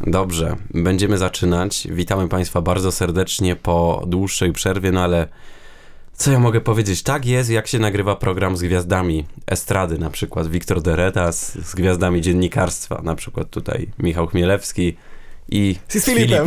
Dobrze, będziemy zaczynać. Witamy Państwa bardzo serdecznie po dłuższej przerwie, no ale co ja mogę powiedzieć? Tak jest, jak się nagrywa program z gwiazdami estrady, na przykład Wiktor Dereta, z gwiazdami dziennikarstwa, na przykład tutaj Michał Chmielewski i z Filipem.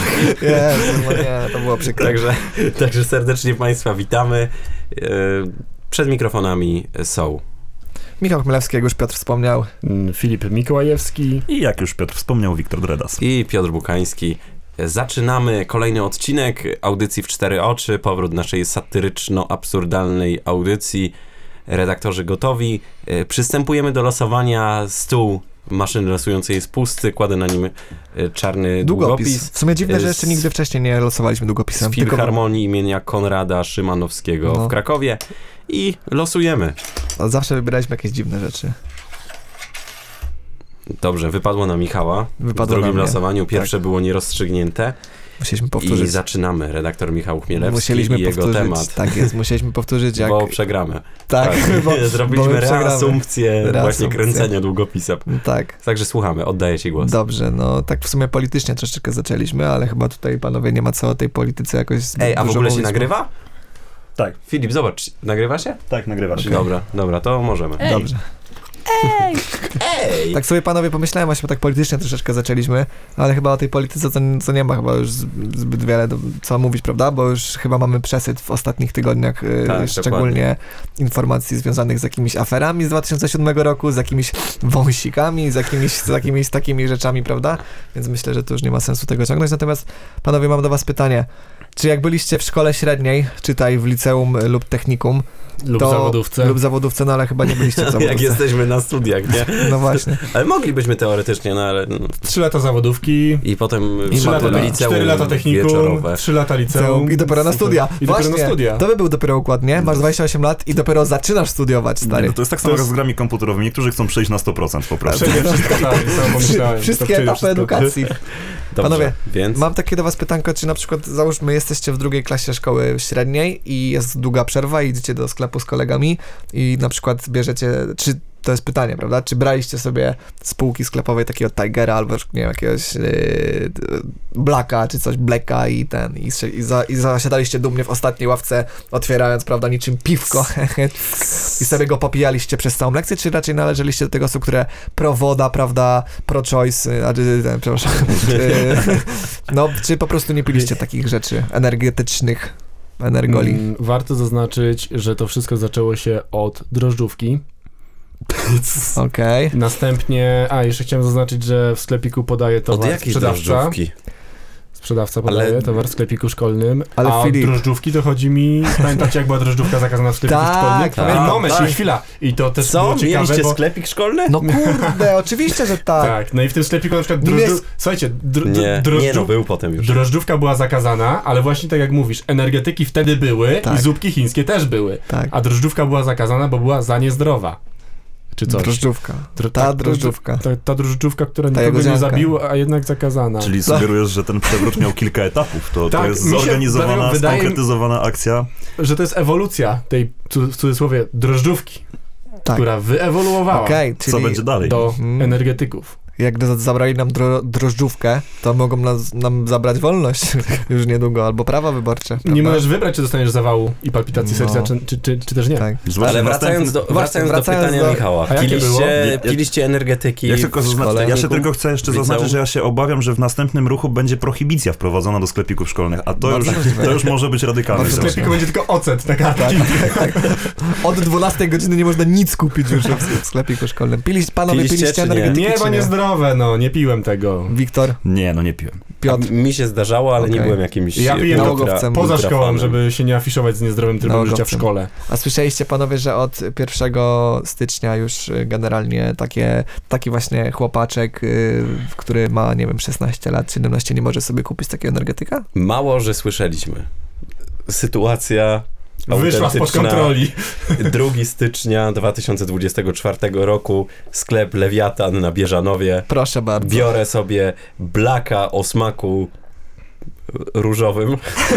To było przykre. Także serdecznie Państwa witamy. Przed mikrofonami są Michał Chmielewski, jak już Piotr wspomniał. Filip Mikołajewski. I jak już Piotr wspomniał, Wiktor Dredas. I Piotr Bukański. Zaczynamy kolejny odcinek audycji w 4 oczy, powrót naszej satyryczno-absurdalnej audycji. Redaktorzy gotowi. Przystępujemy do losowania. Stół maszyny losującej jest pusty, kładę na nim czarny długopis. W sumie dziwne, że jeszcze nigdy wcześniej nie losowaliśmy długopisem. Z Filharmonii imienia Konrada Szymanowskiego w Krakowie. I losujemy. Zawsze wybieraliśmy jakieś dziwne rzeczy. Dobrze, wypadło na Michała w drugim losowaniu. Pierwsze było nierozstrzygnięte. Musieliśmy powtórzyć. I zaczynamy. Redaktor Michał Chmielewski musieliśmy i jego temat. Tak jest, musieliśmy powtórzyć jak... Bo przegramy. Tak. Zrobiliśmy reasumpcję właśnie kręcenia długopisem. Tak. Także słuchamy, oddaję ci głos. Dobrze, no tak w sumie politycznie troszeczkę zaczęliśmy, ale chyba tutaj panowie nie ma co o tej polityce jakoś a w ogóle się nagrywa? Tak. Filip, zobacz, nagrywa się? Tak, nagrywa się. Dobra, to możemy. Dobrze. Ej! Tak sobie panowie pomyślałem, właśnie tak politycznie troszeczkę zaczęliśmy, ale chyba o tej polityce co nie ma chyba już zbyt wiele co mówić, prawda? Bo już chyba mamy przesyt w ostatnich tygodniach, szczególnie dokładnie. Informacji związanych z jakimiś aferami z 2007 roku, z jakimiś wąsikami, z jakimiś takimi rzeczami, prawda? Więc myślę, że to już nie ma sensu tego ciągnąć. Natomiast panowie, mam do was pytanie. Czy jak byliście w szkole średniej, czytaj w liceum lub technikum, lub zawodówce, no ale chyba nie byliście w zawodówce. Jak jesteśmy na studiach, nie? No właśnie. Ale moglibyśmy teoretycznie, no ale... 3 lata zawodówki. I potem 4 lata technikum, wieczorowe. 3 lata liceum. I dopiero na studia. Właśnie, dopiero na studia. To by był dopiero układ, nie? Masz 28 lat i dopiero zaczynasz studiować, stary. No to jest tak samo jak z grami komputerowymi. Niektórzy chcą przejść na 100% po prostu. Wszystkie etapy edukacji. Dobrze, panowie, więc... mam takie do was pytanko, czy na przykład, załóżmy, jesteście w drugiej klasie szkoły średniej i jest długa przerwa i idziecie do sklepu z kolegami i na przykład bierzecie, czy to jest pytanie, prawda, czy braliście sobie z półki sklepowej takiego Tigera albo, nie wiem, jakiegoś Blacka, czy coś, Blacka i zasiadaliście dumnie w ostatniej ławce, otwierając, prawda, niczym piwko i sobie go popijaliście przez całą lekcję, czy raczej należeliście do tych osób, które pro-woda, prawda, pro-choice, przepraszam, no, czy po prostu nie piliście takich rzeczy energetycznych, energoli? Warto zaznaczyć, że to wszystko zaczęło się od drożdżówki. Okej. Następnie, jeszcze chciałem zaznaczyć, że w sklepiku podaje towar od jakiej drożdżówki? Sprzedawca podaje towar w sklepiku szkolnym, ale a Filip... od drożdżówki to chodzi mi... Pamiętacie, jak była drożdżówka zakazana w sklepiku szkolnym? Tak. Moment, chwila. I to też było ciekawe, Mieliście sklepik szkolny? No kurde, oczywiście, że tak. Tak, no i w tym sklepiku na przykład Słuchajcie, był potem już. Drożdżówka była zakazana, ale właśnie tak jak mówisz, energetyki wtedy były i zupki chińskie też były. Tak. A drożdżówka była zakazana, bo była za niezdrowa. Czy coś. Drożdżówka. Ta drożdżówka, która nikogo nie zabiła, a jednak zakazana. Czyli sugerujesz, że ten przewrót miał kilka etapów. To jest zorganizowana, skonkretyzowana akcja. Że to jest ewolucja tej, w cudzysłowie, drożdżówki, która wyewoluowała. Czyli co będzie dalej? Do energetyków. Jak zabrali nam drożdżówkę, to mogą nam zabrać wolność już niedługo, albo prawa wyborcze. Prawda? Nie możesz wybrać, czy dostaniesz zawału i palpitacji serca, czy też nie. Tak. Ale wracając do pytania Michała. Piliście energetyki Ja się tylko chcę jeszcze zaznaczyć, że ja się obawiam, że w następnym ruchu będzie prohibicja wprowadzona do sklepików szkolnych, a to już może być radykalne. W sklepiku będzie tylko ocet na kartki. Tak. Od 12 godziny nie można nic kupić już w sklepiku szkolnym. Piliście energetyki? Nie, bo niezdrowe, nie piłem tego. Wiktor? Nie, nie piłem. Piotr? Mi się zdarzało, ale nie byłem jakimś... Ja piłem poza szkołą, żeby się nie afiszować z niezdrowym trybem życia w szkole. A słyszeliście, panowie, że od 1 stycznia już generalnie taki właśnie chłopaczek, który ma, nie wiem, 16 lat, 17, nie może sobie kupić takiego energetyka? Mało, że słyszeliśmy. Sytuacja wyszła spod kontroli. 2 stycznia 2024 roku, sklep Lewiatan na Bieżanowie. Proszę bardzo. Biorę sobie Blacka o smaku różowym.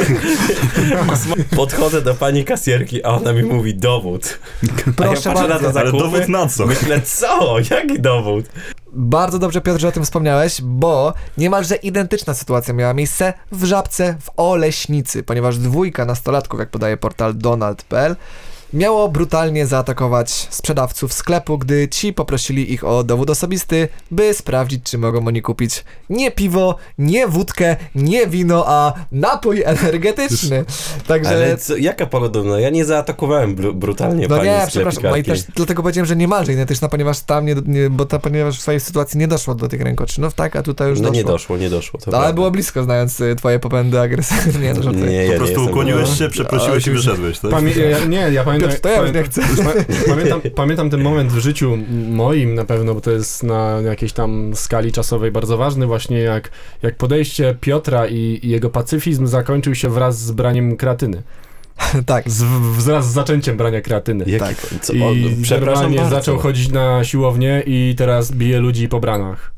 Podchodzę do pani kasjerki, a ona mi mówi dowód. Proszę a ja patrzę na to zakupy, ale dowód na co? Myślę, co? Jaki dowód? Bardzo dobrze, Piotr, że o tym wspomniałeś, bo niemalże identyczna sytuacja miała miejsce w Żabce w Oleśnicy, ponieważ 2 nastolatków, jak podaje portal Donald.pl, miało brutalnie zaatakować sprzedawców sklepu, gdy ci poprosili ich o dowód osobisty, by sprawdzić, czy mogą oni kupić nie piwo, nie wódkę, nie wino, a napój energetyczny. Także... Ale jaka podobna? Ja nie zaatakowałem brutalnie pani sklepikarki. Przepraszam, no i też dlatego powiedziałem, że niemalże identyczna, ponieważ tam ponieważ w swojej sytuacji nie doszło do tych rękoczynów, tak, a tutaj już doszło. nie doszło. To ale było blisko, znając twoje popędy agresywne. Po prostu ukłoniłeś się, przeprosiłeś i wyszedłeś, tak? Ja pamiętam. To ja już nie chcę. Pamiętam ten moment w życiu moim na pewno, bo to jest na jakiejś tam skali czasowej bardzo ważny, właśnie jak podejście Piotra i jego pacyfizm zakończył się wraz z braniem kreatyny. Tak. Wraz z zaczęciem brania kreatyny. Tak. I normalnie zaczął chodzić na siłownię i teraz bije ludzi po branach.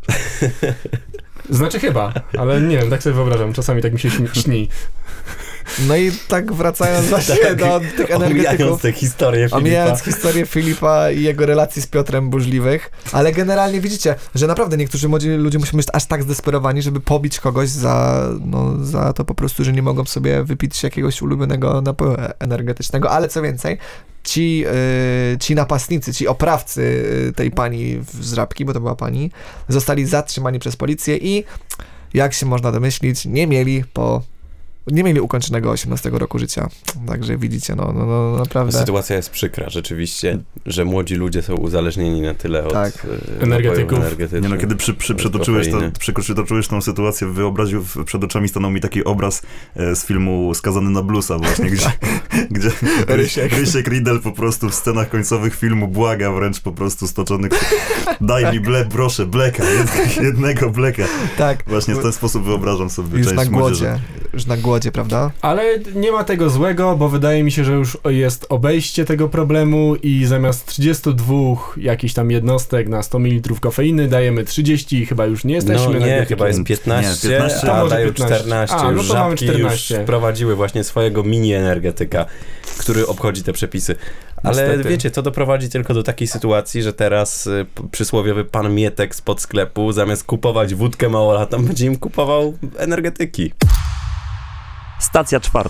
Znaczy chyba, ale nie wiem, tak sobie wyobrażam, czasami tak mi się śni. No i tak wracając właśnie do tych energetyków. Omijając historię Filipa i jego relacji z Piotrem burzliwych, ale generalnie widzicie, że naprawdę niektórzy młodzi ludzie muszą być aż tak zdesperowani, żeby pobić kogoś za to po prostu, że nie mogą sobie wypić jakiegoś ulubionego napoju energetycznego, ale co więcej, ci napastnicy, ci oprawcy tej pani z Żabki, bo to była pani, zostali zatrzymani przez policję i jak się można domyślić, nie mieli ukończonego 18 roku życia. Także widzicie, no naprawdę. Sytuacja jest przykra, rzeczywiście, że młodzi ludzie są uzależnieni na tyle od energetyków. Nie no, kiedy przytoczyłeś tą sytuację, przed oczami stanął mi taki obraz z filmu Skazany na bluesa właśnie, gdzie Rysiek Riddle po prostu w scenach końcowych filmu błaga wręcz po prostu stoczony. Daj mi proszę, bleka, jednego bleka. Tak. Właśnie w ten sposób wyobrażam sobie już część na młodzieży. Już na głodzie, prawda? Ale nie ma tego złego, bo wydaje mi się, że już jest obejście tego problemu i zamiast 32 jakichś tam jednostek na 100 ml kofeiny dajemy 30 i chyba już nie jesteśmy. No nie, chyba jest 15, a dają 14. No już to mamy 14. Już wprowadziły właśnie swojego mini energetyka, który obchodzi te przepisy. Ale niestety. Wiecie, to doprowadzi tylko do takiej sytuacji, że teraz przysłowiowy pan Mietek spod sklepu zamiast kupować wódkę małolatą będzie im kupował energetyki. Stacja 4.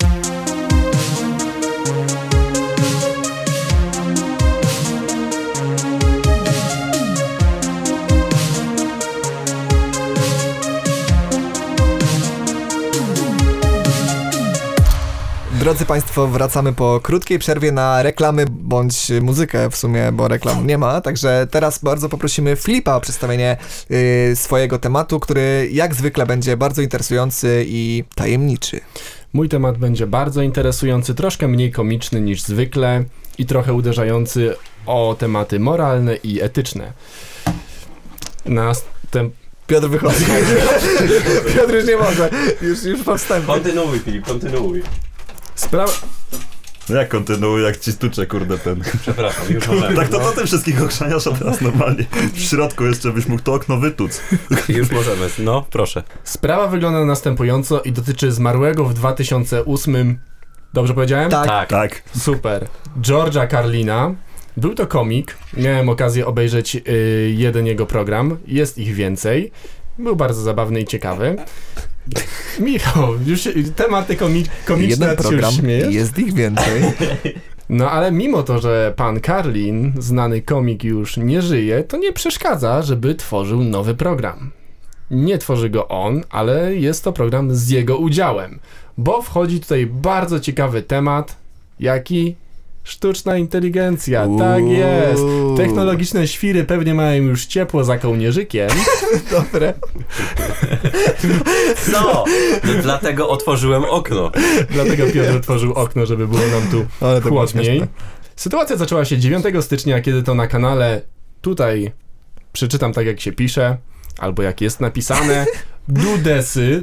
Drodzy Państwo, wracamy po krótkiej przerwie na reklamy bądź muzykę w sumie, bo reklam nie ma, także teraz bardzo poprosimy Filipa o przedstawienie swojego tematu, który jak zwykle będzie bardzo interesujący i tajemniczy. Mój temat będzie bardzo interesujący, troszkę mniej komiczny niż zwykle i trochę o tematy moralne i etyczne. Piotr wychodzi. Piotr już nie może. Już po wstępie. Kontynuuj, Filip, kontynuuj. No jak kontynuuj, jak ci stuczę, kurde, ten. Przepraszam, już możemy. Tak to ty wszystkich okrzaniasz, a teraz normalnie w środku jeszcze byś mógł to okno wytuc. Już możemy, no proszę. Sprawa wygląda następująco i dotyczy zmarłego w 2008... Dobrze powiedziałem? Tak. Super. George'a Carlina. Był to komik. Miałem okazję obejrzeć jeden jego program. Jest ich więcej. Był bardzo zabawny i ciekawy. Michał, już tematy komiczne, jeden program, jest ich więcej. No ale mimo to, że pan Carlin, znany komik, już nie żyje, to nie przeszkadza, żeby tworzył nowy program. Nie tworzy go on, ale jest to program z jego udziałem, bo wchodzi tutaj bardzo ciekawy temat, jaki? Sztuczna inteligencja, tak jest. Technologiczne świry pewnie mają już ciepło za kołnierzykiem. Dobre. Co? No, dlatego otworzyłem okno. Dlatego Piotr otworzył okno, żeby było nam tu chłodniej. Sytuacja zaczęła się 9 stycznia, kiedy to na kanale, tutaj przeczytam tak jak się pisze, albo jak jest napisane, Dudesy,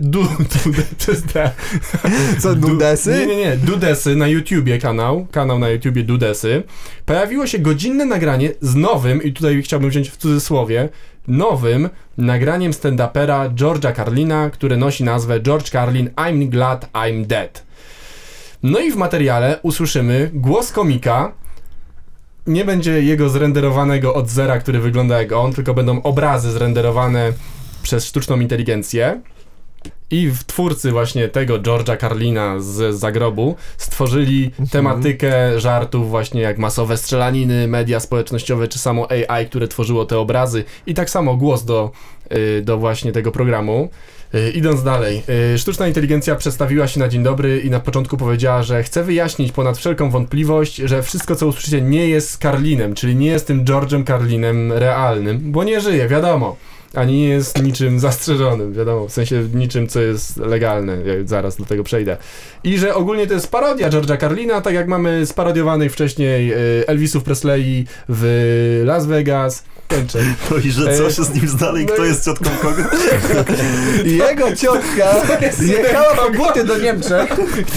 Co, Dudesy? Nie, Dudesy na YouTubie kanał na YouTubie Dudesy. Pojawiło się godzinne nagranie z nowym, i tutaj chciałbym wziąć w cudzysłowie, nowym nagraniem stand-upera George'a Carlina, które nosi nazwę George Carlin I'm Glad I'm Dead. No i w materiale usłyszymy głos komika, nie będzie jego zrenderowanego od zera, który wygląda jak on, tylko będą obrazy zrenderowane przez sztuczną inteligencję. I twórcy właśnie tego George'a Carlina z Zagrobu stworzyli tematykę żartów właśnie jak masowe strzelaniny, media społecznościowe czy samo AI, które tworzyło te obrazy i tak samo głos do właśnie tego programu. Idąc dalej, sztuczna inteligencja przedstawiła się na dzień dobry i na początku powiedziała, że chce wyjaśnić ponad wszelką wątpliwość, że wszystko co usłyszycie nie jest Carlinem, czyli nie jest tym George'em Carlinem realnym, bo nie żyje, wiadomo. Ani nie jest niczym zastrzeżonym, wiadomo, w sensie niczym, co jest legalne, zaraz do tego przejdę. I że ogólnie to jest parodia George'a Carlina, tak jak mamy sparodiowanych wcześniej Elvisów Presley w Las Vegas. No i że co się z nim dalej? Kto jest ciotką kogo? Jego ciotka jechała po buty do Niemczech.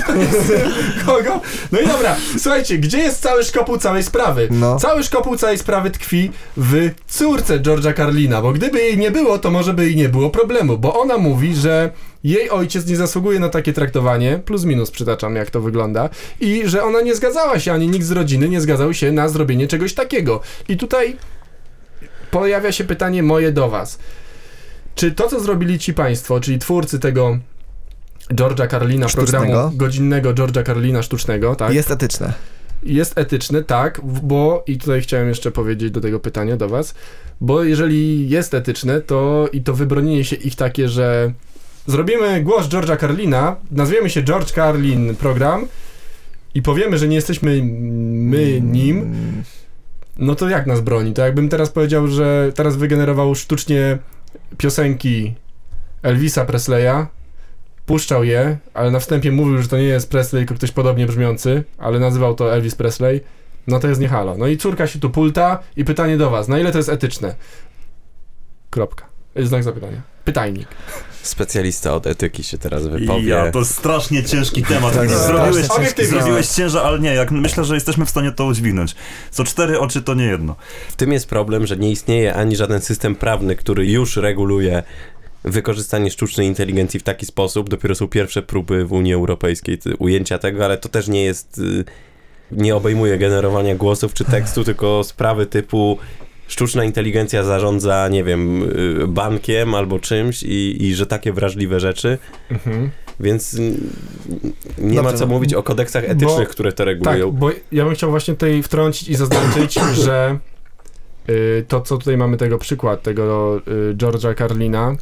Kogo? No i dobra, słuchajcie, gdzie jest cały szkopuł całej sprawy? No. Cały szkopuł całej sprawy tkwi w córce George'a Carlina, bo gdyby jej nie było, to może by i nie było problemu, bo ona mówi, że jej ojciec nie zasługuje na takie traktowanie, plus minus przytaczam jak to wygląda, i że ona nie zgadzała się, ani nikt z rodziny nie zgadzał się na zrobienie czegoś takiego. I tutaj pojawia się pytanie moje do was. Czy to, co zrobili ci państwo, czyli twórcy tego George'a Carlina, programu godzinnego George'a Carlina sztucznego, tak? Jest etyczne. Jest etyczne, tak, bo i tutaj chciałem jeszcze powiedzieć do tego pytania do was, bo jeżeli jest etyczne, to i to wybronienie się ich takie, że zrobimy głos George'a Carlina, nazwiemy się George Carlin program i powiemy, że nie jesteśmy my nim, no to jak nas broni? To jakbym teraz powiedział, że teraz wygenerował sztucznie piosenki Elvisa Presleya, puszczał je, ale na wstępie mówił, że to nie jest Presley, tylko ktoś podobnie brzmiący, ale nazywał to Elvis Presley, no to jest nie halo. No i córka się tu pulta i pytanie do was, na ile to jest etyczne? Kropka. Znak zapytania. Pytajnik. Specjalista od etyki się teraz wypowie. Ja, to jest strasznie ciężki temat. Zrobiłeś ciężar, ale nie, myślę, że jesteśmy w stanie to udźwignąć. Co 4 oczy to nie jedno. W tym jest problem, że nie istnieje ani żaden system prawny, który już reguluje wykorzystanie sztucznej inteligencji w taki sposób. Dopiero są pierwsze próby w Unii Europejskiej ujęcia tego, ale to też nie jest, nie obejmuje generowania głosów czy tekstu, tylko sprawy typu sztuczna inteligencja zarządza, nie wiem, bankiem albo czymś i że takie wrażliwe rzeczy, więc nie ma co mówić o kodeksach etycznych, które to regulują. Tak, bo ja bym chciał właśnie tutaj wtrącić i zaznaczyć, że to, co tutaj mamy tego przykład, tego George'a Carlina,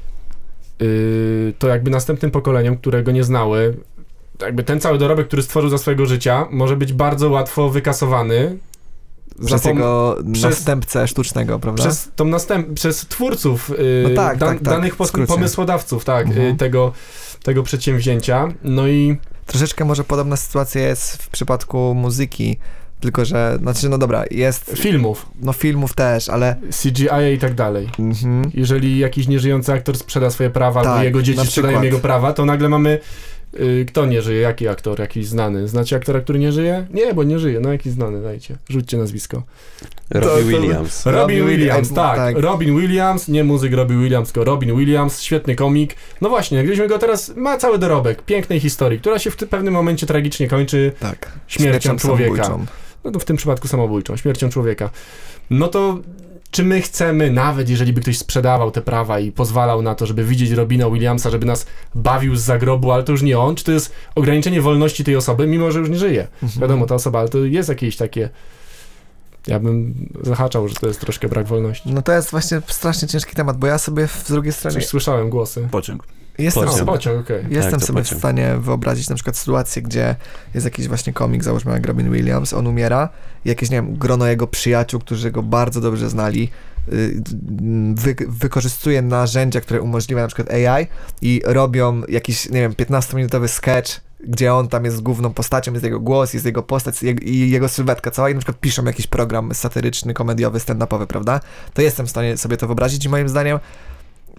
to jakby następnym pokoleniom, które go nie znały, jakby ten cały dorobek, który stworzył za swojego życia, może być bardzo łatwo wykasowany przez jego następcę sztucznego, prawda? Przez twórców danych pomysłodawców, tego przedsięwzięcia. No i troszeczkę może podobna sytuacja jest w przypadku muzyki, tylko że, znaczy, no dobra, jest... Filmów. No filmów też, ale... CGI i tak dalej. Jeżeli jakiś nieżyjący aktor sprzeda swoje prawa, albo jego dzieci sprzedają jego prawa, to nagle mamy... Kto nie żyje? Jaki aktor? Jakiś znany? Znacie aktora, który nie żyje? Nie, bo nie żyje. No jakiś znany, dajcie. Rzućcie nazwisko. Robin Williams. Robin Williams, tak. Robin Williams, nie muzyk Robin Williams, tylko Robin Williams, świetny komik. No właśnie, gdybyśmy go teraz... Ma cały dorobek pięknej historii, która się w pewnym momencie tragicznie kończy śmiercią człowieka. No to w tym przypadku samobójczą, śmiercią człowieka. No to czy my chcemy, nawet jeżeli by ktoś sprzedawał te prawa i pozwalał na to, żeby widzieć Robina Williamsa, żeby nas bawił z zagrobu, ale to już nie on, czy to jest ograniczenie wolności tej osoby, mimo że już nie żyje? Wiadomo, ta osoba, ale to jest jakieś takie... Ja bym zahaczał, że to jest troszkę brak wolności. No to jest właśnie strasznie ciężki temat, bo ja sobie z drugiej strony... Coś słyszałem głosy. Pociąg. Jestem sobie w stanie wyobrazić na przykład sytuację, gdzie jest jakiś właśnie komik, załóżmy jak Robin Williams, on umiera i jakieś, nie wiem, grono jego przyjaciół, którzy go bardzo dobrze znali, wykorzystuje narzędzia, które umożliwia na przykład AI i robią jakiś, nie wiem, 15-minutowy sketch, gdzie on tam jest główną postacią, jest jego głos, jest jego postać i jego sylwetka cała i na przykład piszą jakiś program satyryczny, komediowy, stand-upowy, prawda? To jestem w stanie sobie to wyobrazić i moim zdaniem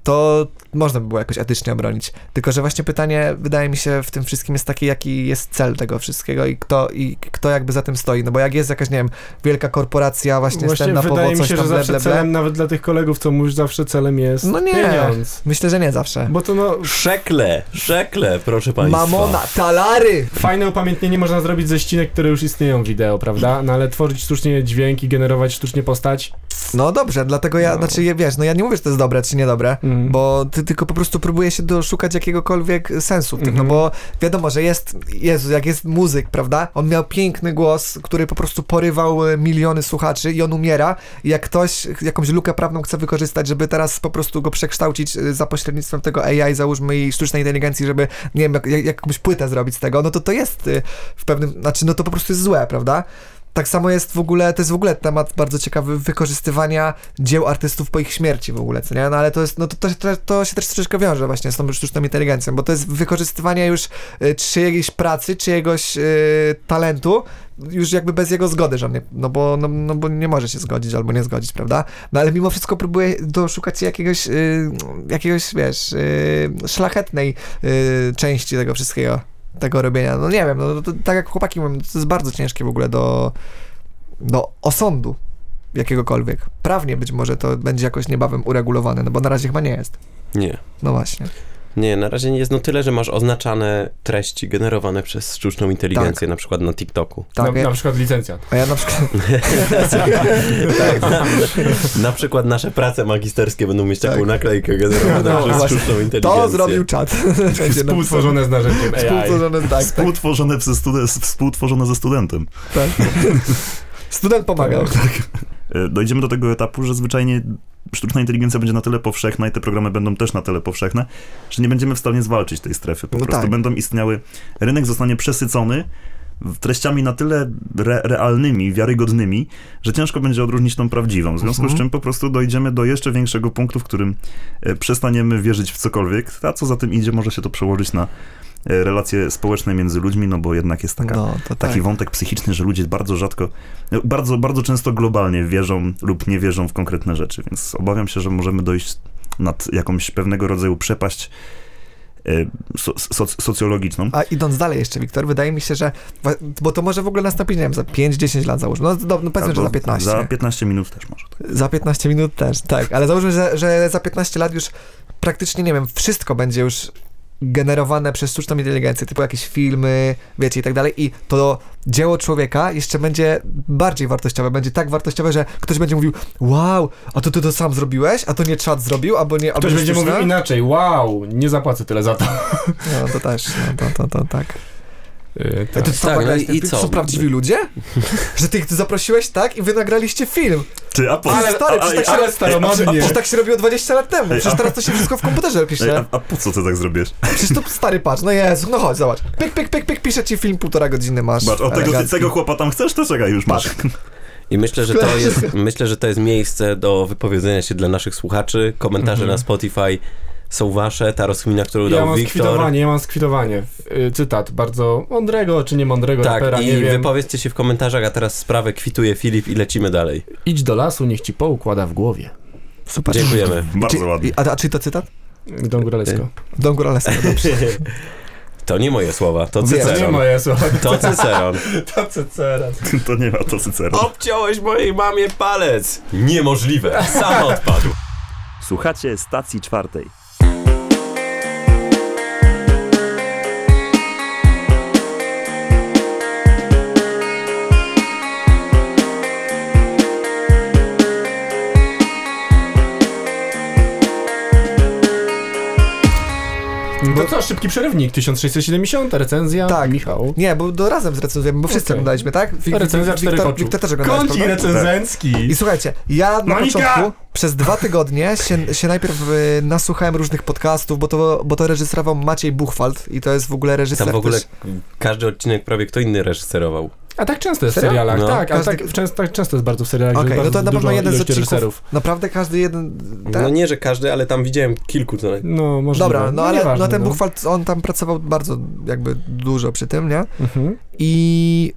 to można by było jakoś etycznie obronić. Tylko że właśnie pytanie, wydaje mi się, w tym wszystkim jest takie, jaki jest cel tego wszystkiego i kto jakby za tym stoi. No bo jak jest jakaś, nie wiem, wielka korporacja właśnie stand-upowo, wydaje mi się, coś tam że zawsze celem, nawet dla tych kolegów, co mówisz, zawsze celem jest pieniądz. Myślę, że nie zawsze. Bo to no... Szekle, proszę państwa. Mamona, talary! Fajne upamiętnienie można zrobić ze ścinek, które już istnieją wideo, prawda? No ale tworzyć sztucznie dźwięk i generować sztucznie postać. No dobrze, dlatego znaczy wiesz, ja nie mówię, że to jest dobre czy niedobre, bo ty tylko po prostu próbuję się doszukać jakiegokolwiek sensu w tym, no bo wiadomo, że jak jest muzyk, prawda? On miał piękny głos, który po prostu porywał miliony słuchaczy i on umiera i jak ktoś jakąś lukę prawną chce wykorzystać, żeby teraz po prostu go przekształcić za pośrednictwem tego AI, załóżmy, i sztucznej inteligencji, żeby, nie wiem, jakąś płytę zrobić z tego, no to jest w pewnym, znaczy no to po prostu jest złe, prawda? Tak samo jest w ogóle, to jest w ogóle temat bardzo ciekawy wykorzystywania dzieł artystów po ich śmierci w ogóle, co nie? No ale to jest, no to się też troszeczkę wiąże właśnie z tą sztuczną inteligencją, bo to jest wykorzystywanie już czyjejś pracy, czyjegoś talentu, już jakby bez jego zgody żadnej, no bo nie może się zgodzić albo nie zgodzić, prawda? No ale mimo wszystko próbuje doszukać się jakiegoś, wiesz, szlachetnej części tego wszystkiego. Tego robienia, no nie wiem, no to, tak jak chłopaki mówią, to jest bardzo ciężkie w ogóle do osądu jakiegokolwiek. Prawnie być może to będzie jakoś niebawem uregulowane, no bo na razie chyba nie jest. Nie. No właśnie. Nie, na razie nie jest, no tyle, że masz oznaczane treści generowane przez sztuczną inteligencję, na przykład na TikToku. Tak, na przykład licencjat. A ja na przykład... na przykład nasze prace magisterskie będą mieć taką naklejkę generowaną przez sztuczną inteligencję. To zrobił czat. Współtworzone z narzędziem AI. Współtworzone ze studentem. Tak. Student pomagał. Tak. Dojdziemy do tego etapu, że zwyczajnie sztuczna inteligencja będzie na tyle powszechna i te programy będą też na tyle powszechne, że nie będziemy w stanie zwalczyć tej strefy. Po prostu będą istniały, rynek zostanie przesycony treściami na tyle realnymi, wiarygodnymi, że ciężko będzie odróżnić tą prawdziwą. W związku z czym po prostu dojdziemy do jeszcze większego punktu, w którym przestaniemy wierzyć w cokolwiek, a co za tym idzie, może się to przełożyć na relacje społeczne między ludźmi, no bo jednak jest taki wątek psychiczny, że ludzie bardzo rzadko, bardzo często globalnie wierzą lub nie wierzą w konkretne rzeczy, więc obawiam się, że możemy dojść nad jakąś pewnego rodzaju przepaść socjologiczną. A idąc dalej jeszcze, Wiktor, wydaje mi się, że bo to może w ogóle nastąpić, nie wiem, za 5-10 lat załóżmy, no powiedzmy, że za 15. Za 15 minut też może. Za 15 minut też, tak, ale załóżmy, że za 15 lat już praktycznie, nie wiem, wszystko będzie już generowane przez sztuczną inteligencję, typu jakieś filmy, wiecie, i tak dalej, i to dzieło człowieka jeszcze będzie bardziej wartościowe, będzie tak wartościowe, że ktoś będzie mówił, wow, a to ty to sam zrobiłeś, a to nie czat zrobił, albo nie, ktoś będzie mówił inaczej, wow, nie zapłacę tyle za to. No to też, to tak. Tak. To są prawdziwi ludzie? Że ty ich zaprosiłeś, tak? I wy nagraliście film. Ale staromodnie. Przecież tak się robiło 20 lat temu. Przecież teraz to się wszystko w komputerze pisze. A po co ty tak zrobisz? Przecież to stary, patrz, no Jezu, no chodź, zobacz. Pyk, piszę ci film 1,5 godziny masz. Patrz, tego chłopa tam chcesz, to czekaj, już masz. I myślę, że to jest miejsce do wypowiedzenia się dla naszych słuchaczy. Komentarze na Spotify są wasze, ta rozkmina, którą dał Wiktor. Ja mam skwitowanie. Cytat bardzo mądrego, czy nie mądrego rapera, nie wiem. I wypowiedzcie się w komentarzach, a teraz sprawę kwituje Filip i lecimy dalej. Idź do lasu, niech ci poukłada w głowie. Super. Dziękujemy. Bardzo ładnie. A czy to cytat? Don Góralewskiego. Don Góralewskiego, dobrze. To nie moje słowa, to Cyceron. To nie moje słowa. To Cyceron. To Cyceron. To nie ma, to Cyceron. Obciąłeś mojej mamie palec. Niemożliwe. Sam odpadł. Słuchacie stacji 4. To co, szybki przerywnik, 1670, recenzja, tak. Michał. Nie, bo razem zrecenzujemy, bo wszyscy oglądaliśmy, tak? Recenzja 4 koczu. Wiktor też oglądałeś, Kącik recenzencki. I słuchajcie, ja na początku przez 2 tygodnie się najpierw nasłuchałem różnych podcastów, bo to reżyserował Maciej Buchwald i to jest w ogóle reżyser. Tam w ogóle każdy odcinek prawie kto inny reżyserował. A tak często jest w serialach, no. tak, ale tak często jest bardzo w serialach, że no to na pewno jeden z odcinków, reżyserów. Naprawdę każdy jeden... Tak? No nie, że każdy, ale tam widziałem kilku. To... No możliwe. Dobra, no ale nieważne, ten Buchwald, on tam pracował bardzo jakby dużo przy tym, nie? Mhm. I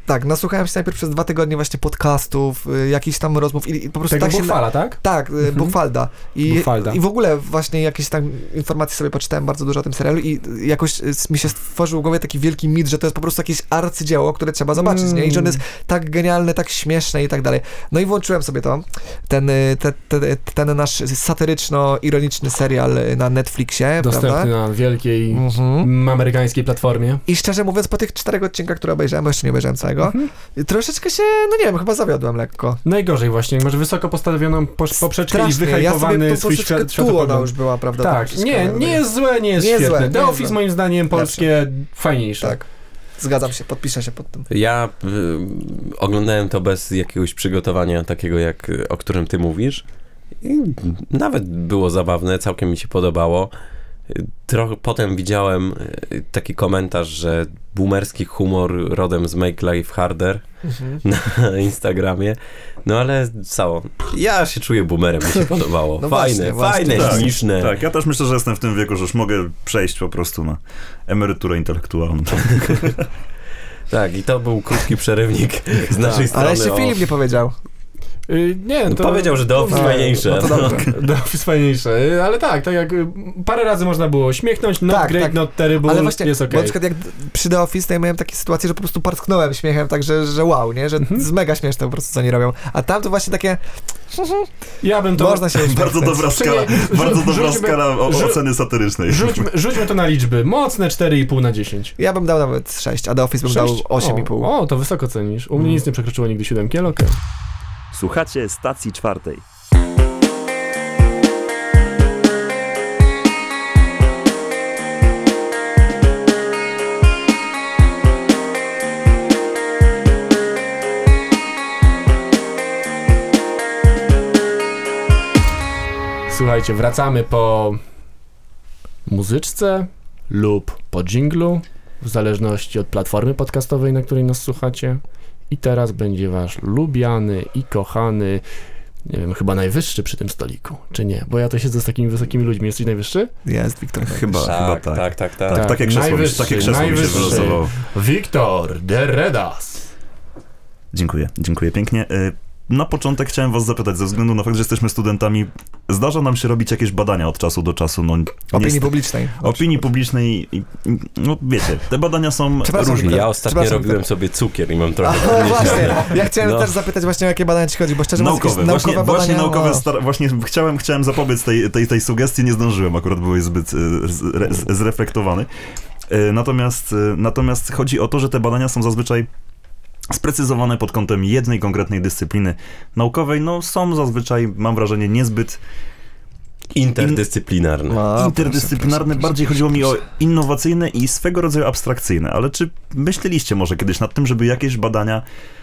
Tak, nasłuchałem się najpierw przez 2 tygodnie właśnie podcastów, jakichś tam rozmów i po prostu Tego tak się... Buchwala, tak? Tak, Buchwalda. Buchwalda. I w ogóle właśnie jakieś tam informacje sobie poczytałem bardzo dużo o tym serialu i jakoś mi się stworzył w głowie taki wielki mit, że to jest po prostu jakieś arcydzieło, które trzeba zobaczyć, nie? I że on jest tak genialny, tak śmieszny i tak dalej. No i włączyłem sobie to, ten nasz satyryczno-ironiczny serial na Netflixie, Dostępny prawda? na wielkiej amerykańskiej platformie. I szczerze mówiąc, po tych 4 odcinkach, które obejrzałem, bo jeszcze nie obejrzałem całego, troszeczkę się, no nie wiem, chyba zawiodłem lekko. Najgorzej właśnie, jak masz wysoko postawioną poprzeczkę i Strasznie, wyhypowany ja swój tu ona światopogląd. już była, prawda? Tak, nie jest złe, nie jest świetne. złe, The Office moim zdaniem polskie fajniejsze. Tak, zgadzam się, podpiszę się pod tym. Ja oglądałem to bez jakiegoś przygotowania takiego, o którym ty mówisz. I nawet było zabawne, całkiem mi się podobało. Potem widziałem taki komentarz, że boomerski humor rodem z Make Life Harder na Instagramie. No ale co? Ja się czuję boomerem, mi się podobało. No fajne, właśnie. Tak, śliczne. Tak, ja też myślę, że jestem w tym wieku, że już mogę przejść po prostu na emeryturę intelektualną. Tak, i to był krótki przerywnik z naszej strony. Ale jeszcze Filip nie powiedział. Nie, No to... powiedział, że The Office fajniejsze. No to dobrze. The Office fajniejsze, ale tak jak parę razy można było śmiechnąć, not Tak, great, tak. not terrible, Ale właśnie, jest bo okej. na przykład jak przy The Office, to ja miałem takie sytuacje, że po prostu parsknąłem śmiechem, tak, że wow, nie? Że jest mega śmieszne po prostu, co oni robią. A tam to właśnie takie... Ja bym to... Można się Bardzo dobra skala, rzućmy- oceny satyrycznej. Rzućmy to na liczby. Mocne 4,5 na 10. Ja bym dał nawet 6, a The Office bym dał 8,5. O, to wysoko cenisz. U mnie nic nie przekroczyło nigdy 7, ale okej. Słuchacie stacji 4. Słuchajcie, wracamy po muzyczce lub po dżinglu, w zależności od platformy podcastowej, na której nas słuchacie. I teraz będzie wasz lubiany i kochany, nie wiem, chyba najwyższy przy tym stoliku, czy nie? Bo ja to siedzę z takimi wysokimi ludźmi. Jesteś najwyższy? Jest, Wiktor. Chyba tak. Tak. Takie krzesło mi się wylosowało. Wiktor Deredas. Dziękuję pięknie. Na początek chciałem was zapytać, ze względu na fakt, że jesteśmy studentami, zdarza nam się robić jakieś badania od czasu do czasu. No, Opinii publicznej. Opinii publicznej, no wiecie, te badania są różne. Ja ostatnio robiłem sobie cukier i mam trochę... No właśnie, ja chciałem też zapytać właśnie, o jakie badania ci chodzi, bo szczerze mówiąc, Naukowe badania. Właśnie chciałem zapobiec tej sugestii, nie zdążyłem, akurat byłeś zbyt zreflektowany. Natomiast chodzi o to, że te badania są zazwyczaj sprecyzowane pod kątem jednej konkretnej dyscypliny naukowej, no są zazwyczaj, mam wrażenie, niezbyt interdyscyplinarne. Interdyscyplinarne, bardziej chodziło mi o innowacyjne i swego rodzaju abstrakcyjne, ale czy myśleliście może kiedyś nad tym, żeby jakieś badania,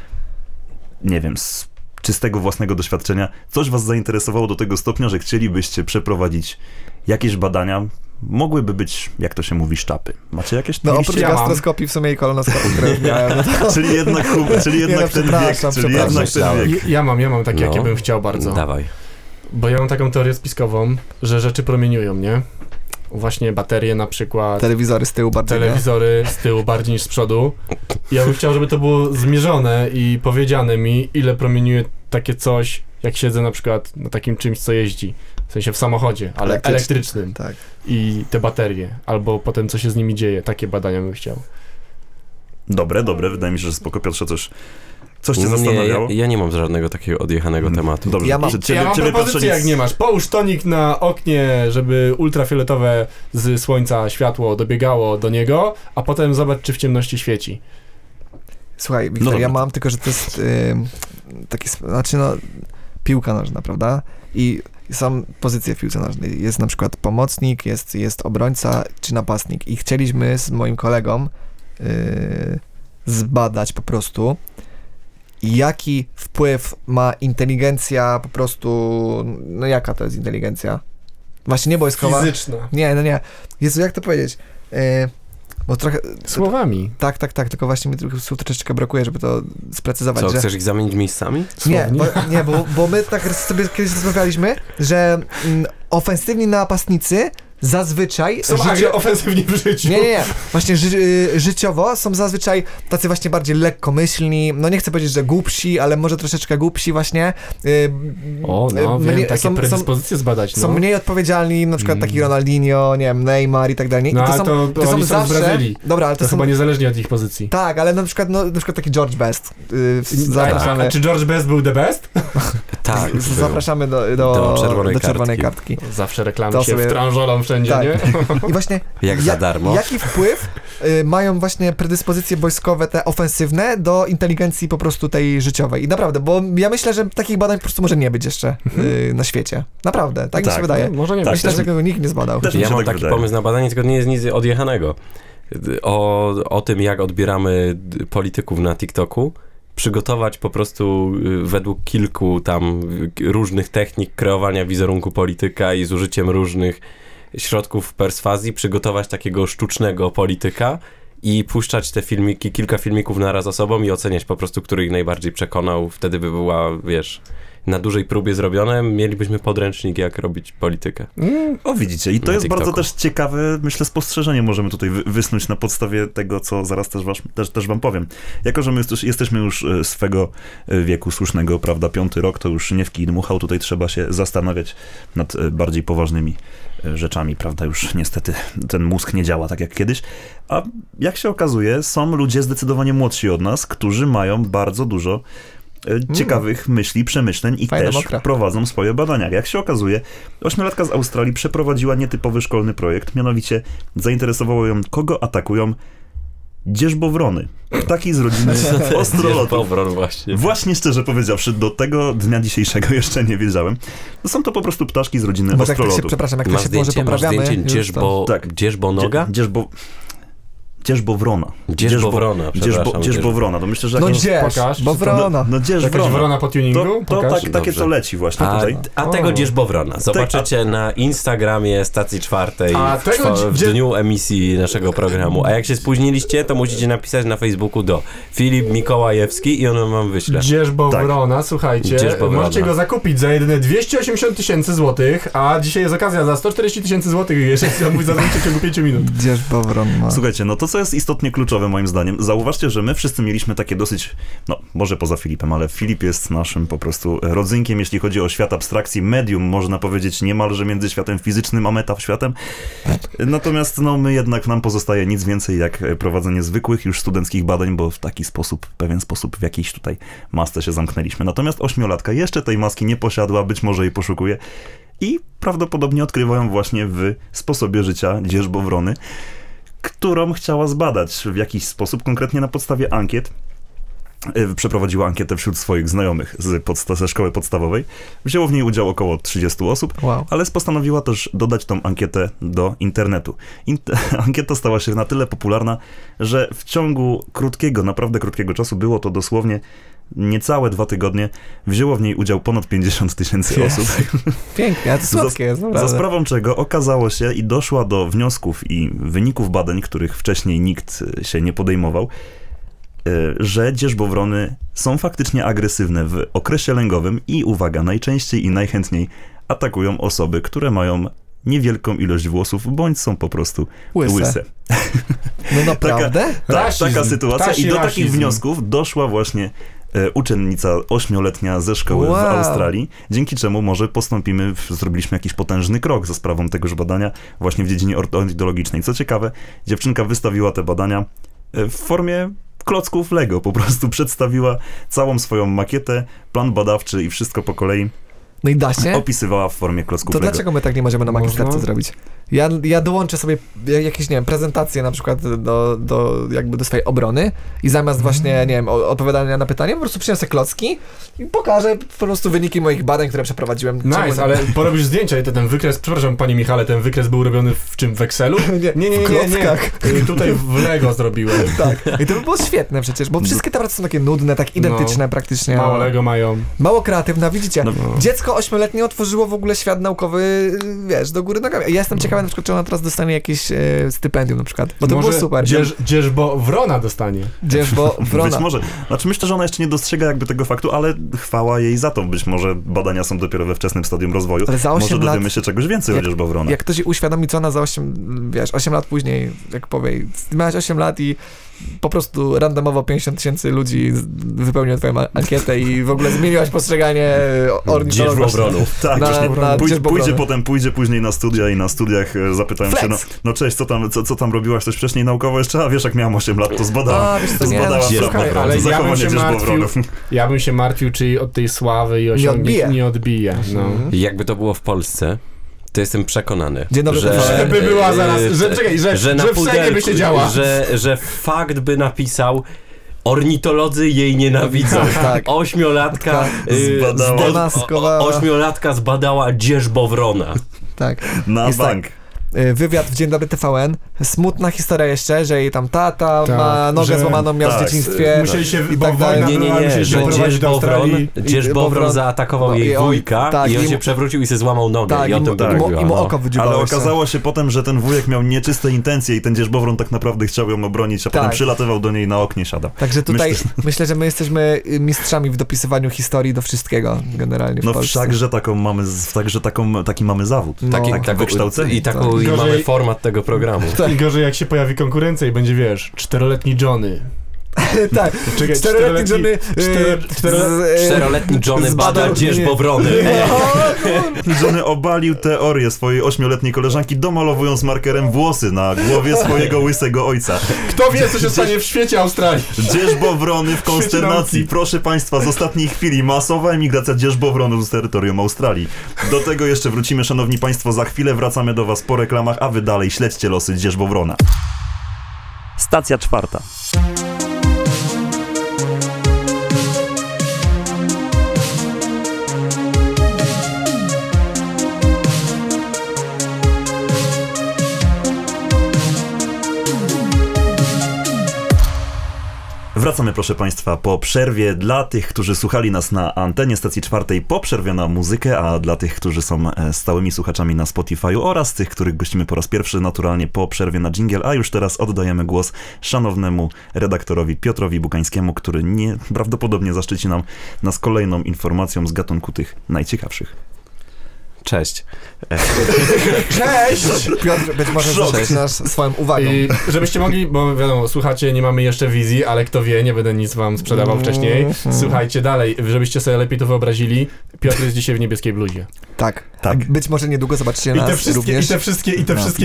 nie wiem, z czystego własnego doświadczenia, coś was zainteresowało do tego stopnia, że chcielibyście przeprowadzić jakieś badania, mogłyby być, jak to się mówi, sztapy. Macie jakieś? No oprócz gastroskopii w sumie i kolonoskopii, które już miałem. No to... Czyli jednak ten wiek. Ja mam takie, jakie bym chciał bardzo. Dawaj. Bo ja mam taką teorię spiskową, że rzeczy promieniują, nie? Właśnie baterie na przykład. Telewizory z tyłu bardziej. Telewizory z tyłu bardziej niż z przodu. Ja bym chciał, żeby to było zmierzone i powiedziane mi, ile promieniuje takie coś, jak siedzę na przykład na takim czymś, co jeździ. W sensie w samochodzie, ale elektrycznym. Tak. I te baterie, albo potem co się z nimi dzieje. Takie badania bym chciał. Dobre. Wydaje mi się, że spoko. Piotrze, coś cię zastanawiało? Ja nie mam żadnego takiego odjechanego tematu. Dobrze. Ja mam propozycję, jak nie masz. Połóż tonik na oknie, żeby ultrafioletowe z słońca światło dobiegało do niego, a potem zobacz, czy w ciemności świeci. Słuchaj, Wiktor, ja mam, tylko że to jest taki, piłka nożna, prawda? I są pozycje w piłce nożnej. Jest na przykład pomocnik, jest obrońca czy napastnik. I chcieliśmy z moim kolegą zbadać po prostu, jaki wpływ ma inteligencja po prostu, no jaka to jest inteligencja? Właśnie nie wojskowa. Fizyczna. Nie. Jezu, jak to powiedzieć? Bo trochę... Słowami. Tak, tylko właśnie mi troszeczkę brakuje, żeby to sprecyzować. Co, chcesz ich zamienić miejscami? Bo my tak sobie kiedyś rozmawialiśmy, że ofensywni napastnicy zazwyczaj... Są ofensywni w życiu. Nie. Właśnie życiowo są zazwyczaj tacy właśnie bardziej lekkomyślni, no nie chcę powiedzieć, że głupsi, ale może troszeczkę głupsi właśnie. Wiem, takie predyspozycje zbadać. Są mniej odpowiedzialni, na przykład taki Ronaldinho, nie wiem, Neymar i tak dalej. No, to są zawsze... z Brazylii. Dobra, ale to chyba niezależnie od ich pozycji. Tak, ale na przykład taki George Best. Zapraszamy. A czy George Best był the best? Tak. Zapraszamy do czerwonej kartki. Zawsze reklamy się wtrążolą wszędzie, tak. Nie? I właśnie jak za darmo. Jaki wpływ mają właśnie predyspozycje wojskowe, te ofensywne, do inteligencji po prostu tej życiowej? I naprawdę, bo ja myślę, że takich badań po prostu może nie być jeszcze na świecie. Naprawdę, tak mi się wydaje. Może nie. Myślę, że go nikt nie zbadał. Ja mam taki pomysł na badanie, tylko nie jest nic odjechanego. O tym, jak odbieramy polityków na TikToku, przygotować po prostu według kilku tam różnych technik kreowania wizerunku polityka i z użyciem różnych środków perswazji, przygotować takiego sztucznego polityka i puszczać te filmiki, kilka filmików naraz za sobą i oceniać po prostu, który ich najbardziej przekonał. Wtedy by była, na dużej próbie zrobione, mielibyśmy podręcznik, jak robić politykę. O, widzicie, i to jest TikToku. bardzo też ciekawe, myślę, spostrzeżenie możemy tutaj wysnuć na podstawie tego, co zaraz też wam powiem. Jako, że my jesteśmy już swego wieku słusznego, prawda, 5. rok, to już nie w kij dmuchał, tutaj trzeba się zastanawiać nad bardziej poważnymi rzeczami, prawda, już niestety ten mózg nie działa tak jak kiedyś, a jak się okazuje, są ludzie zdecydowanie młodsi od nas, którzy mają bardzo dużo ciekawych myśli, przemyśleń i fajna też mokra. prowadzą swoje badania. Jak się okazuje, 8-latka z Australii przeprowadziła nietypowy szkolny projekt, mianowicie zainteresowało ją, kogo atakują dzierżbowrony. Ptaki z rodziny ostrolotów. Dzierżbowron właśnie. Właśnie szczerze powiedziawszy, do tego dnia dzisiejszego jeszcze nie wiedziałem. No są to po prostu ptaszki z rodziny ostrolotów. Przepraszam, jak to się może poprawiamy. Masz zdjęcie dzierżbonoga? Dzierżbowrona. Dzierżbowrona, to myślę, że... Dzierżbowrona. Jakaś wrona po tuningu? To takie co leci właśnie tutaj. A tego dzierżbowrona zobaczycie na Instagramie Stacji Czwartej w dniu emisji naszego programu. A jak się spóźniliście, to musicie napisać na Facebooku do Filip Mikołajewski i on wam wyśle. Dzierżbowrona, słuchajcie, możecie go zakupić za jedyne 280 000 złotych, a dzisiaj jest okazja za 140 000 złotych, jeżeli zamówicie w ciągu 5 minut. Dzierżbowrona. Słuchajcie, no to co jest istotnie kluczowe moim zdaniem, zauważcie, że my wszyscy mieliśmy takie dosyć, może poza Filipem, ale Filip jest naszym po prostu rodzynkiem, jeśli chodzi o świat abstrakcji, medium, można powiedzieć, niemalże między światem fizycznym a metaświatem. Natomiast my jednak nam pozostaje nic więcej jak prowadzenie zwykłych już studenckich badań, bo w taki sposób, pewien sposób w jakiejś tutaj masce się zamknęliśmy. Natomiast 8-latka jeszcze tej maski nie posiadła, być może jej poszukuje i prawdopodobnie odkrywają właśnie w sposobie życia dzierżbowrony, którą chciała zbadać w jakiś sposób, konkretnie na podstawie ankiet. Przeprowadziła ankietę wśród swoich znajomych ze szkoły podstawowej. Wzięło w niej udział około 30 osób, ale postanowiła też dodać tą ankietę do internetu. Ankieta stała się na tyle popularna, że w ciągu naprawdę krótkiego czasu, było to dosłownie niecałe 2 tygodnie, wzięło w niej udział ponad 50 000 osób. Pięknie, a to słodkie jest. Za sprawą czego okazało się i doszła do wniosków i wyników badań, których wcześniej nikt się nie podejmował, że dzierżbowrony są faktycznie agresywne w okresie lęgowym i, uwaga, najczęściej i najchętniej atakują osoby, które mają niewielką ilość włosów, bądź są po prostu łyse. No naprawdę? Taka sytuacja i do takich wniosków doszła właśnie uczennica 8-letnia ze szkoły w Australii, dzięki czemu może zrobiliśmy jakiś potężny krok za sprawą tegoż badania właśnie w dziedzinie ornitologicznej. Co ciekawe, dziewczynka wystawiła te badania w formie klocków Lego, po prostu przedstawiła całą swoją makietę, plan badawczy i wszystko po kolei. No i da się? Opisywała w formie klocków Lego. To dlaczego my tak nie możemy na magisterce zrobić? Ja dołączę sobie jakieś, nie wiem, prezentacje na przykład do swojej obrony i zamiast właśnie, nie wiem, odpowiadania na pytanie, po prostu przyniosę klocki i pokażę po prostu wyniki moich badań, które przeprowadziłem. Nice, ale porobisz zdjęcia i ten wykres, przepraszam panie Michale, ten wykres był robiony w czym? W Excelu? Nie. Tutaj w Lego zrobiłem. Tak. I to by było świetne przecież, bo wszystkie te prace są takie nudne, tak identyczne praktycznie. Mało Lego mają. Mało kreatywne, widzicie. Dziecko dziecko 8-letnie otworzyło w ogóle świat naukowy, wiesz, do góry nogami. Ja jestem ciekawy na przykład, czy ona teraz dostanie jakieś stypendium na przykład, bo to może było super. Dzierżbo Wrona dostanie. Dzierżbo Wrona. Być może. Znaczy myślę, że ona jeszcze nie dostrzega jakby tego faktu, ale chwała jej za to. Być może badania są dopiero we wczesnym stadium rozwoju. Ale za 8 może dowiemy lat, się czegoś więcej o Dzierżbo Wrona. Jak ktoś uświadomi, co ona za 8 lat później, jak powie, miałeś 8 lat i po prostu randomowo 50 000 ludzi wypełniło twoją ankietę i w ogóle zmieniłaś postrzeganie Dzierżbowronów. Tak, na pójdzie później na studia i na studiach zapytałem się, no cześć, co tam robiłaś coś wcześniej naukowo jeszcze? A wiesz, jak miałam 8 lat, to zbadałam. Ale Dzierżbowronów. ja bym się martwił, czy od tej sławy i osiągnięć nie odbije. No. Jakby to było w Polsce, to jestem przekonany, żeby była zaraz, że na w Sejmie by się działa. Że fakt by napisał: ornitolodzy jej nienawidzą. Tak. Ośmiolatka zbadała dzierżbowrona. Tak. Na Jest bank. Wywiad w Dzień Dobry TVN. Smutna historia jeszcze, że jej tam tata ma nogę złamaną, miał w dzieciństwie. Musieli się, i tak dalej. Nie, że Dzierżbowron zaatakował jej wujka i on się przewrócił i się złamał nogę. Tak, i mu oko wydziubało. Ale okazało się potem, że ten wujek miał nieczyste intencje i ten Dzierżbowron tak naprawdę chciał ją obronić, a potem przylatywał do niej na oknie siadał. Także tutaj myślę, że my jesteśmy mistrzami w dopisywaniu historii do wszystkiego generalnie w Polsce. Taki mamy zawód. Taki wykształcenie. I taką mamy format tego programu. I gorzej jak się pojawi konkurencja i będzie, wiesz, 4-letni Johnny. Tak, 4-letni Johnny bada dzierżbowrony. Johnny obalił teorię swojej 8-letniej koleżanki, domalowując markerem włosy na głowie swojego łysego ojca. Kto wie, co się stanie w świecie Australii? Dzierżbowrony w konsternacji. Proszę państwa, z ostatniej chwili masowa emigracja dzierżbowronów z terytorium Australii. Do tego jeszcze wrócimy, szanowni państwo, za chwilę wracamy do was po reklamach, a wy dalej śledźcie losy dzierżbowrona. Stacja 4. Wracamy, proszę państwa, po przerwie. Dla tych, którzy słuchali nas na antenie stacji 4, po przerwie na muzykę, a dla tych, którzy są stałymi słuchaczami na Spotify'u oraz tych, których gościmy po raz pierwszy, naturalnie po przerwie na dżingiel, a już teraz oddajemy głos szanownemu redaktorowi Piotrowi Bukańskiemu, który prawdopodobnie zaszczyci nas kolejną informacją z gatunku tych najciekawszych. Cześć. Cześć! Piotr, być może zacząć nas swoją uwagą. I żebyście mogli, bo wiadomo, słuchacie, nie mamy jeszcze wizji, ale kto wie, nie będę nic wam sprzedawał wcześniej. Słuchajcie dalej, żebyście sobie lepiej to wyobrazili. Piotr jest dzisiaj w niebieskiej bluzie. Tak. Być może niedługo zobaczycie nas również. I te wszystkie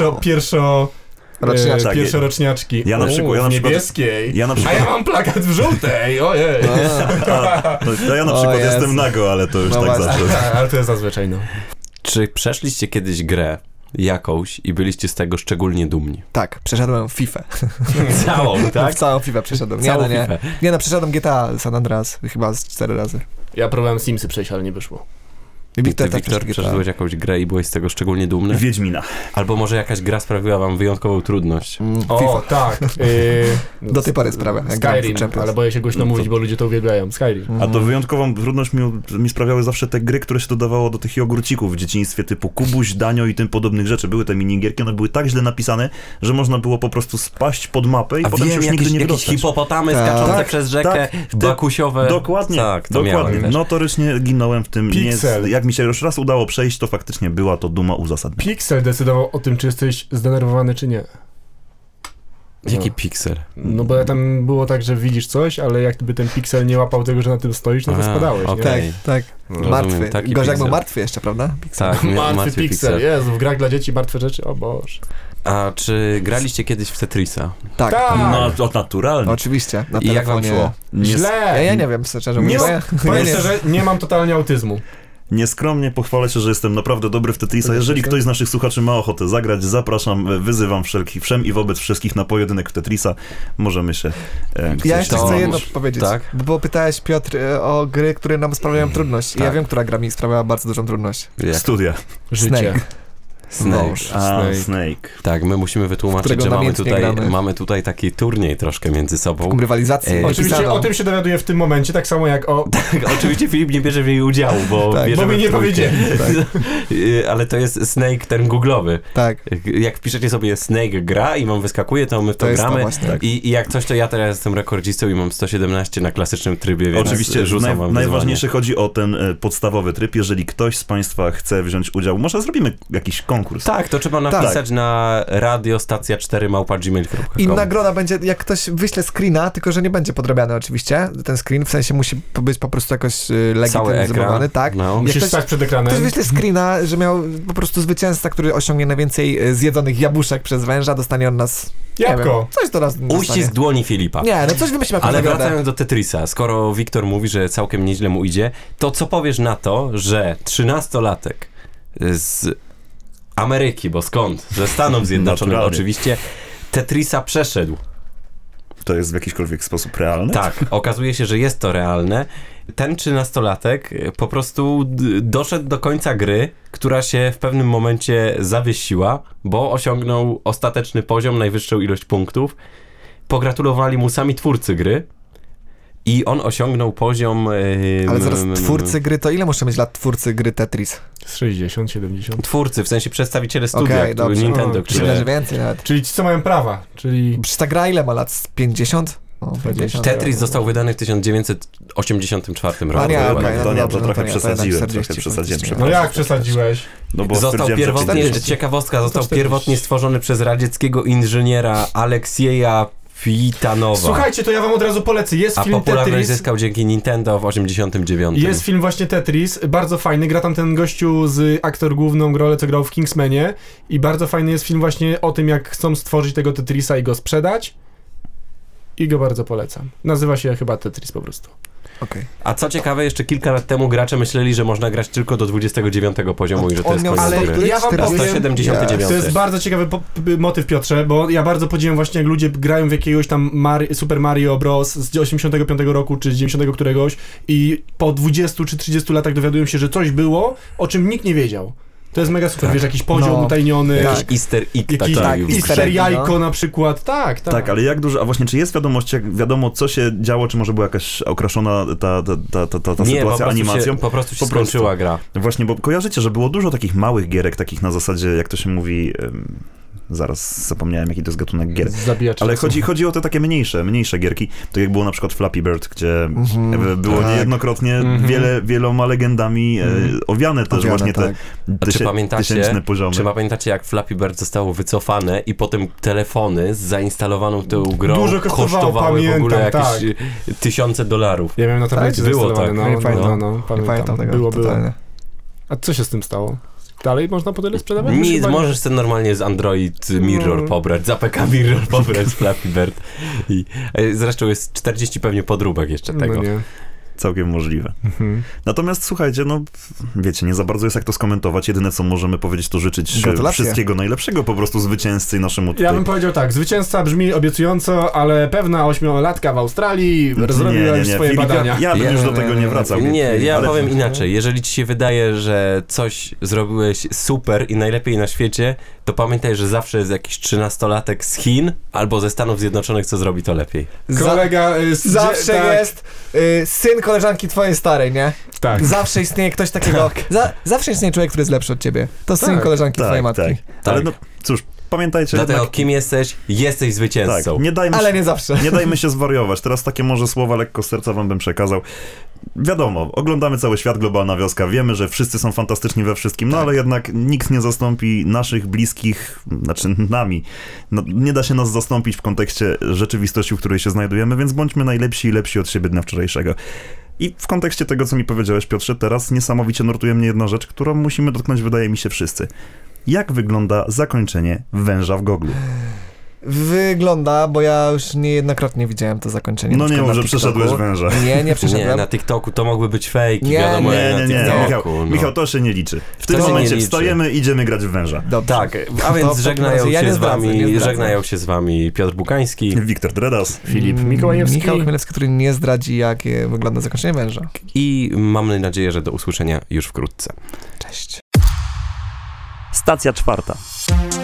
pierwszoroczniaczki. Ja na przykład niebieskiej. A ja mam plakat w żółtej. Ojej. Ja na przykład jestem nago, ale to już zawsze. Ale to jest zazwyczaj, no. Czy przeszliście kiedyś grę jakąś i byliście z tego szczególnie dumni? Tak, przeszedłem FIFA. Całą, tak? Całą FIFA przeszedłem. Nie, przeszedłem GTA San Andreas chyba z 4 razy. Ja próbowałem Simsy przejść, ale nie wyszło. Wiktor, przeżyłeś jakąś grę i byłeś z tego szczególnie dumny? Wiedźmina. Albo może jakaś gra sprawiła wam wyjątkową trudność? FIFA. Tak. Do tej pory sprawia. Skyrim, ale boję się głośno mówić, bo ludzie to uwielbiają. Skyrim. A to wyjątkową trudność mi sprawiały zawsze te gry, które się dodawało do tych jogurcików w dzieciństwie, typu Kubuś, Danio i tym podobnych rzeczy. Były te minigierki, one były tak źle napisane, że można było po prostu spaść pod mapę i potem się już nigdy nie wydostać. Jakieś hipopotamy skaczące przez rzekę, bakusiowe. Dokładnie. Tak, to dokładnie. Notorycznie ginąłem w tym. Jak mi się już raz udało przejść, to faktycznie była to duma uzasadniona. Pixel decydował o tym, czy jesteś zdenerwowany, czy nie. Jaki piksel? No bo tam było tak, że widzisz coś, ale jakby ten piksel nie łapał tego, że na tym stoisz, no to spadałeś. Okay. Tak. Martwy. Gorzej jak był martwy jeszcze, prawda? Piksel. Tak, martwy piksel. Jezu, w grach dla dzieci martwe rzeczy, o Boże. A czy graliście kiedyś w Tetrisa? Tak. No to naturalnie. Oczywiście. I jak wam szło? Źle. Ja nie wiem, szczerze mówiąc. Powiem szczerze, nie mam totalnie autyzmu. Nieskromnie pochwalę się, że jestem naprawdę dobry w Tetrisa. Jeżeli ktoś z naszych słuchaczy ma ochotę zagrać, zapraszam, wyzywam wszem i wobec wszystkich na pojedynek w Tetrisa. Możemy się... Ja jeszcze chcę jedno powiedzieć, tak? Bo pytałeś, Piotr, o gry, które nam sprawiają trudność. Tak. Ja wiem, która gra mi sprawiała bardzo dużą trudność. Studia. Życie. Snake. Tak, my musimy wytłumaczyć, że mamy tutaj taki turniej troszkę między sobą. Taką rywalizację. Oczywiście o tym się dowiaduję w tym momencie, tak samo jak o... Tak, oczywiście Filip nie bierze w niej udziału, bo mi nie powiedzieli. Tak. Ale to jest Snake ten googlowy. Tak. Jak wpiszecie sobie Snake gra i wam wyskakuje, to my w to gramy. I jak coś, to ja teraz jestem rekordzistą i mam 117 na klasycznym trybie, więc oczywiście rzucam wam najważniejsze chodzi o ten podstawowy tryb. Jeżeli ktoś z państwa chce wziąć udział, może zrobimy jakiś konkurs. Tak, to trzeba napisać na radiostacja4@gmail.com. I nagroda będzie, jak ktoś wyśle screena, tylko że nie będzie podrabiany oczywiście, ten screen, w sensie musi być po prostu jakoś legitymizowany, tak. No. Musisz stać przed ekranem. Ktoś wyśle screena, że miał po prostu zwycięzca, który osiągnie najwięcej zjedzonych jabłuszek przez węża, dostanie od nas jabłko. Coś do nas Uścisk dłoni Filipa. Nie, no coś wymyślimy. Ale wracając do Tetrisa, skoro Wiktor mówi, że całkiem nieźle mu idzie, to co powiesz na to, że 13-latek z Ameryki, bo skąd? Ze Stanów Zjednoczonych oczywiście, Tetrisa przeszedł. To jest w jakikolwiek sposób realne? Tak, okazuje się, że jest to realne. Ten 13-latek po prostu doszedł do końca gry, która się w pewnym momencie zawiesiła, bo osiągnął ostateczny poziom, najwyższą ilość punktów. Pogratulowali mu sami twórcy gry. I on osiągnął poziom... Ale zaraz twórcy gry, to ile muszę mieć lat twórcy gry Tetris? 60, 70. Twórcy, w sensie przedstawiciele studia, Nintendo. Myślę, że więcej nawet. Czyli ci, co mają prawa, czyli... Przecież ta gra ile ma lat? 50? No, 50. Tetris został wydany w 1984 roku. To trochę przesadziłem. No jak przesadziłeś? No bo został ciekawostka, został pierwotnie stworzony przez radzieckiego inżyniera Aleksieja Pitanowa. Słuchajcie, to ja wam od razu polecę. Jest film popularność Tetris. zyskał dzięki Nintendo w 89. Jest film właśnie Tetris, bardzo fajny. Gra tam ten gościu z aktor główną rolę, co grał w Kingsmanie. I bardzo fajny jest film właśnie o tym, jak chcą stworzyć tego Tetrisa i go sprzedać. I go bardzo polecam. Nazywa się chyba Tetris po prostu. Okay. A co ciekawe, jeszcze kilka lat temu gracze myśleli, że można grać tylko do 29 poziomu i że to jest koniec gry. Ja wam powiem, 179. To jest bardzo ciekawy motyw, Piotrze, bo ja bardzo podziwiam właśnie, jak ludzie grają w jakiegoś tam Super Mario Bros. Z 85 roku, czy z 90 któregoś i po 20 czy 30 latach dowiadują się, że coś było, o czym nikt nie wiedział. To jest mega super, wiesz, jakiś poziom utajniony. Jakiś easter egg. Easter jajko na przykład, tak. Tak, ale jak dużo, a właśnie, czy jest wiadomość, jak wiadomo, co się działo, czy może była jakaś okraszona ta sytuacja animacją? Po prostu się skończyła gra. Właśnie, bo kojarzycie, że było dużo takich małych gierek, takich na zasadzie, jak to się mówi... Zaraz zapomniałem, jaki to jest gatunek gier. Ale chodzi o te takie mniejsze gierki. To jak było na przykład Flappy Bird, gdzie było niejednokrotnie wieloma legendami owiane też właśnie te tysięczne poziomy. Czy pamiętacie, jak Flappy Bird zostało wycofane i potem telefony z zainstalowaną tą grą dużo kosztowały w ogóle jakieś $1000. Ja miałem na tablecie było tak. Pamiętam tego. Było. A co się z tym stało? Dalej można po tyle sprzedawać? Nic, możesz sobie normalnie z Android Mirror pobrać, z APK Mirror pobrać Flappy Bird. Zresztą jest 40 pewnie podróbek jeszcze tego. No nie. Całkiem możliwe. Natomiast słuchajcie, no wiecie, nie za bardzo jest jak to skomentować. Jedyne co możemy powiedzieć, to życzyć wszystkiego najlepszego po prostu zwycięzcy i naszemu tutaj. Ja bym powiedział tak, zwycięzca brzmi obiecująco, ale pewna 8-latka w Australii zrobiła już swoje badania. Ja bym już do tego nie wracał. Ja powiem inaczej. Jeżeli ci się wydaje, że coś zrobiłeś super i najlepiej na świecie, to pamiętaj, że zawsze jest jakiś 13-latek z Chin albo ze Stanów Zjednoczonych, co zrobi to lepiej. Kolega zawsze jest syn koleżanki twojej starej, nie? Tak. Zawsze istnieje ktoś takiego. Zawsze istnieje człowiek, który jest lepszy od ciebie. To syn koleżanki twojej matki. Tak. Ale no cóż, pamiętajcie... Dlatego kim jesteś zwycięzcą. Tak, ale nie zawsze. Nie dajmy się zwariować. Teraz takie może słowa lekko z serca wam bym przekazał. Wiadomo, oglądamy cały świat, globalna wioska, wiemy, że wszyscy są fantastyczni we wszystkim, no ale jednak nikt nie zastąpi naszych bliskich, znaczy nami. No, nie da się nas zastąpić w kontekście rzeczywistości, w której się znajdujemy, więc bądźmy najlepsi i lepsi od siebie dnia wczorajszego. I w kontekście tego, co mi powiedziałeś, Piotrze, teraz niesamowicie nurtuje mnie jedna rzecz, którą musimy dotknąć, wydaje mi się, wszyscy. Jak wygląda zakończenie Węża w Goglu? Wygląda, bo ja już niejednokrotnie widziałem to zakończenie. No nie, może przeszedłeś Węża. Nie przeszedłem. Nie, na TikToku to mogły być fake. Nie. Michał, to się nie liczy. W tym momencie wstajemy, idziemy grać w Węża. Dobrze. Tak, a więc żegnają się z wami Piotr Bukański, Wiktor Dredas, Filip Mikołajewski. Michał Chmielewski, który nie zdradzi, jak wygląda zakończenie Węża. I mamy nadzieję, że do usłyszenia już wkrótce. Cześć. Stacja czwarta.